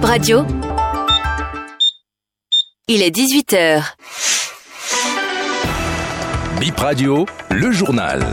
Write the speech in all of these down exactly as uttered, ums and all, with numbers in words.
Bip Radio. Il est dix-huit heures. Bip Radio, le journal.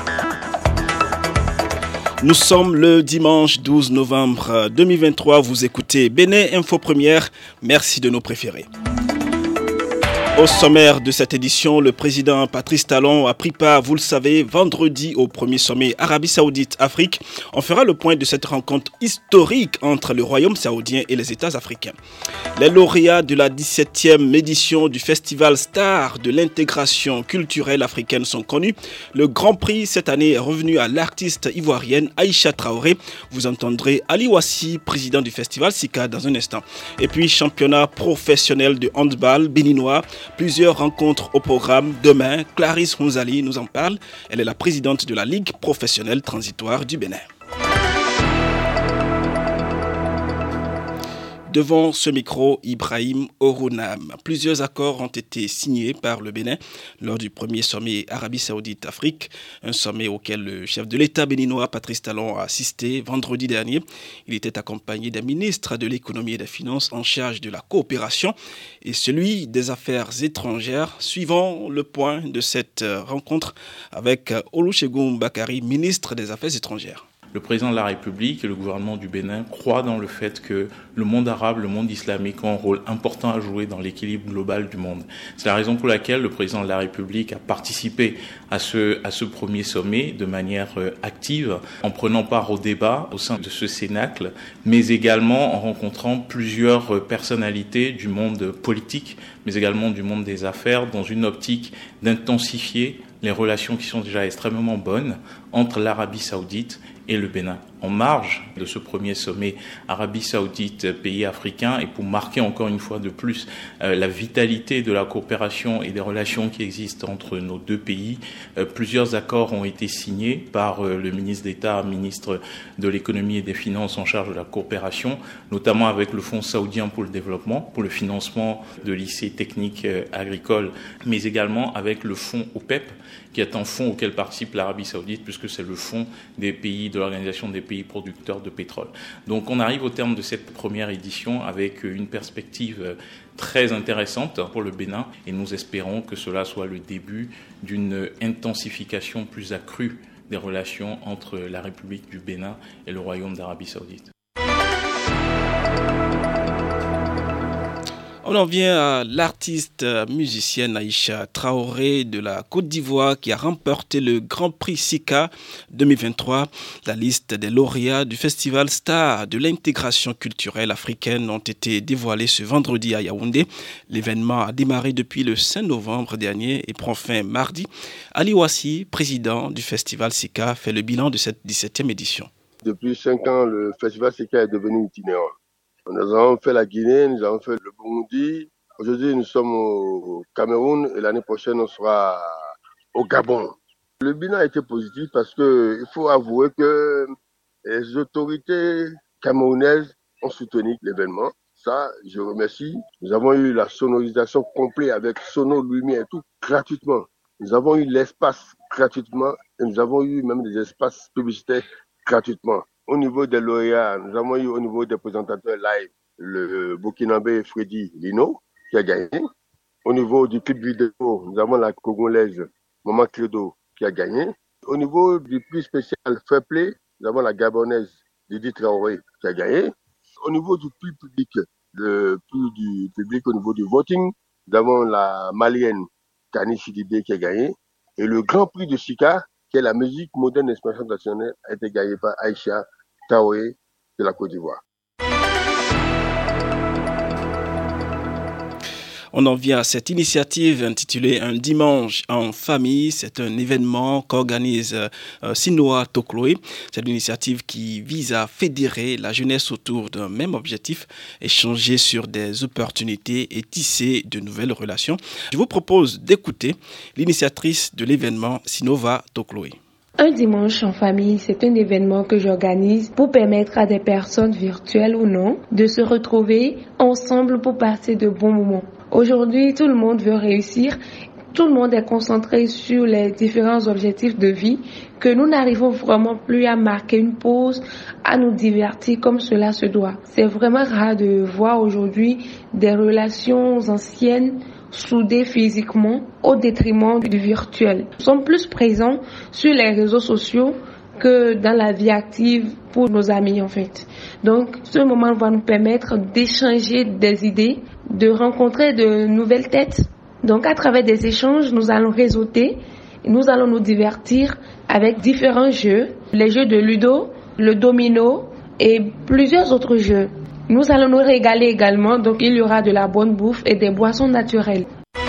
Nous sommes le dimanche douze novembre deux mille vingt-trois. Vous écoutez Bénin Info Première. Merci de nous préférer. Au sommaire de cette édition, le président Patrice Talon a pris part, vous le savez, vendredi au premier sommet Arabie Saoudite-Afrique. On fera le point de cette rencontre historique entre le Royaume saoudien et les États africains. Les lauréats de la dix-septième édition du Festival Star de l'intégration culturelle africaine sont connus. Le Grand Prix cette année est revenu à l'artiste ivoirienne Aïcha Traoré. Vous entendrez Ali Ouassi, président du Festival Sika, dans un instant. Et puis, championnat professionnel de handball béninois. Plusieurs rencontres au programme. Demain, Clarisse Mouzali nous en parle. Elle est la présidente de la Ligue professionnelle transitoire du Bénin. Devant ce micro, Ibrahim Orounam. Plusieurs accords ont été signés par le Bénin lors du premier sommet Arabie Saoudite-Afrique, un sommet auquel le chef de l'État béninois, Patrice Talon, a assisté vendredi dernier. Il était accompagné d'un ministre de l'économie et des finances en charge de la coopération et celui des affaires étrangères. Suivons le point de cette rencontre avec Olusegun Bakari, ministre des Affaires étrangères. Le président de la République et le gouvernement du Bénin croient dans le fait que le monde arabe, le monde islamique ont un rôle important à jouer dans l'équilibre global du monde. C'est la raison pour laquelle le président de la République a participé à ce, à ce premier sommet de manière active, en prenant part au débat au sein de ce cénacle, mais également en rencontrant plusieurs personnalités du monde politique, mais également du monde des affaires, dans une optique d'intensifier les relations qui sont déjà extrêmement bonnes entre l'Arabie Saoudite et le Bénin. En marge de ce premier sommet Arabie Saoudite, pays africain, et pour marquer encore une fois de plus euh, la vitalité de la coopération et des relations qui existent entre nos deux pays, euh, plusieurs accords ont été signés par euh, le ministre d'État, ministre de l'économie et des finances en charge de la coopération, notamment avec le Fonds saoudien pour le développement, pour le financement de lycées techniques euh, agricoles, mais également avec le Fonds O P E P, qui est un fonds auquel participe l'Arabie Saoudite, puisque c'est le fonds des pays de l'Organisation des pays producteurs de pétrole. Donc on arrive au terme de cette première édition avec une perspective très intéressante pour le Bénin et nous espérons que cela soit le début d'une intensification plus accrue des relations entre la République du Bénin et le Royaume d'Arabie Saoudite. On en vient à l'artiste musicienne Aïcha Traoré de la Côte d'Ivoire qui a remporté le Grand Prix Sika deux mille vingt-trois. La liste des lauréats du Festival Star de l'intégration culturelle africaine ont été dévoilés ce vendredi à Yaoundé. L'événement a démarré depuis le cinq novembre dernier et prend fin mardi. Ali Ouassi, président du Festival Sika, fait le bilan de cette dix-septième édition. Depuis cinq ans, le Festival Sika est devenu itinérant. Nous avons fait la Guinée, nous avons fait le Burundi. Aujourd'hui, nous sommes au Cameroun et l'année prochaine, on sera au Gabon. Le bilan a été positif parce que il faut avouer que les autorités camerounaises ont soutenu l'événement. Ça, je remercie. Nous avons eu la sonorisation complète avec sono, lumière et tout gratuitement. Nous avons eu l'espace gratuitement et nous avons eu même des espaces publicitaires gratuitement. Au niveau des lauréats, nous avons eu au niveau des présentateurs live le Burkinabé Freddy Lino qui a gagné. Au niveau du clip vidéo, nous avons la Congolaise Maman Credo qui a gagné. Au niveau du prix spécial Fair Play, nous avons la Gabonaise Didi Traoré qui a gagné. Au niveau du prix public, le prix du public au niveau du voting, nous avons la Malienne Kani Sidibé qui a gagné. Et le Grand Prix de Sika, qui est la musique moderne d'expression nationale, a été gagné par Aïcha Traoré de la Côte d'Ivoire. On en vient à cette initiative intitulée Un dimanche en famille. C'est un événement qu'organise euh, Sinoa Tokloé. C'est une initiative qui vise à fédérer la jeunesse autour d'un même objectif, échanger sur des opportunités et tisser de nouvelles relations. Je vous propose d'écouter l'initiatrice de l'événement, Sinova Tokloé. Un dimanche en famille, c'est un événement que j'organise pour permettre à des personnes virtuelles ou non de se retrouver ensemble pour passer de bons moments. Aujourd'hui, tout le monde veut réussir tout le monde est concentré sur les différents objectifs de vie, que nous n'arrivons vraiment plus à marquer une pause, à nous divertir comme cela se doit. C'est vraiment rare de voir aujourd'hui des relations anciennes soudées physiquement au détriment du virtuel. Nous sommes plus présents sur les réseaux sociaux que dans la vie active pour nos amis en fait. Donc ce moment va nous permettre d'échanger des idées, de rencontrer de nouvelles têtes. Donc à travers des échanges, nous allons réseauter, nous allons nous divertir avec différents jeux, les jeux de ludo, le domino et plusieurs autres jeux. Nous allons nous régaler également, donc il y aura de la bonne bouffe et des boissons naturelles.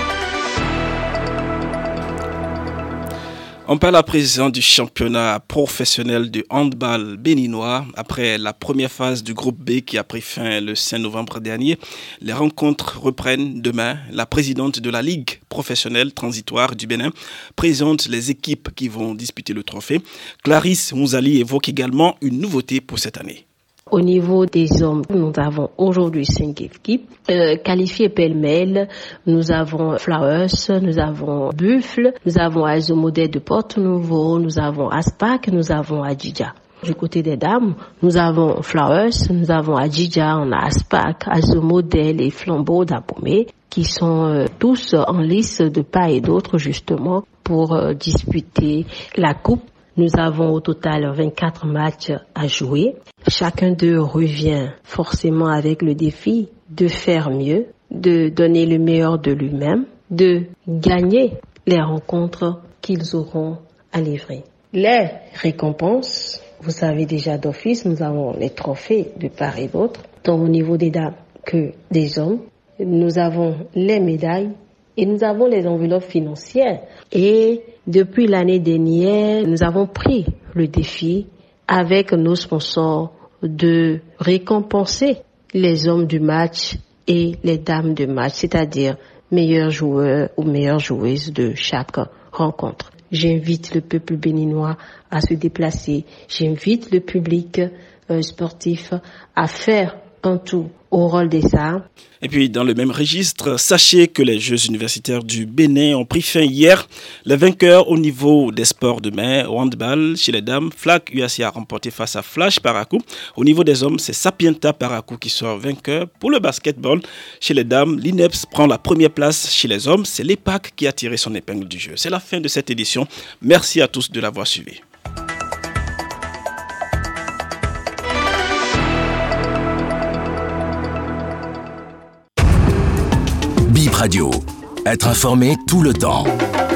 On parle à présent du championnat professionnel de handball béninois. Après la première phase du groupe B qui a pris fin le cinq novembre dernier, les rencontres reprennent demain. La présidente de la Ligue professionnelle transitoire du Bénin présente les équipes qui vont disputer le trophée. Clarisse Mouzali évoque également une nouveauté pour cette année. Au niveau des hommes, nous avons aujourd'hui cinq équipes euh, qualifiées pêle-mêle. Nous avons Flowers, nous avons Buffle, nous avons Azomodé de Porto-Nouveau, nous avons Aspac, nous avons Adjidja. Du côté des dames, nous avons Flowers, nous avons Adjidja, on a Aspac, Azomodé et Flambeau d'Abomey qui sont euh, tous en lice de part et d'autre justement pour euh, disputer la coupe. Nous avons au total vingt-quatre matchs à jouer. Chacun d'eux revient forcément avec le défi de faire mieux, de donner le meilleur de lui-même, de gagner les rencontres qu'ils auront à livrer. Les récompenses, vous savez déjà d'office, nous avons les trophées de part et d'autre, tant au niveau des dames que des hommes. Nous avons les médailles et nous avons les enveloppes financières. Et depuis l'année dernière, nous avons pris le défi avec nos sponsors de récompenser les hommes du match et les dames de match, c'est-à-dire meilleurs joueurs ou meilleures joueuses de chaque rencontre. J'invite le peuple béninois à se déplacer. J'invite le public euh, sportif à faire un tout au rôle des arts. Et puis, dans le même registre, sachez que les Jeux universitaires du Bénin ont pris fin hier. Les vainqueurs au niveau des sports de main, au handball, chez les dames, Flag U A C a remporté face à Flash Parakou. Au niveau des hommes, c'est Sapienta Parakou qui sort vainqueur. Pour le basketball, chez les dames, l'I N E P S prend la première place. Chez les hommes, c'est l'E P A C qui a tiré son épingle du jeu. C'est la fin de cette édition. Merci à tous de l'avoir suivi. Bip Radio. Être informé tout le temps.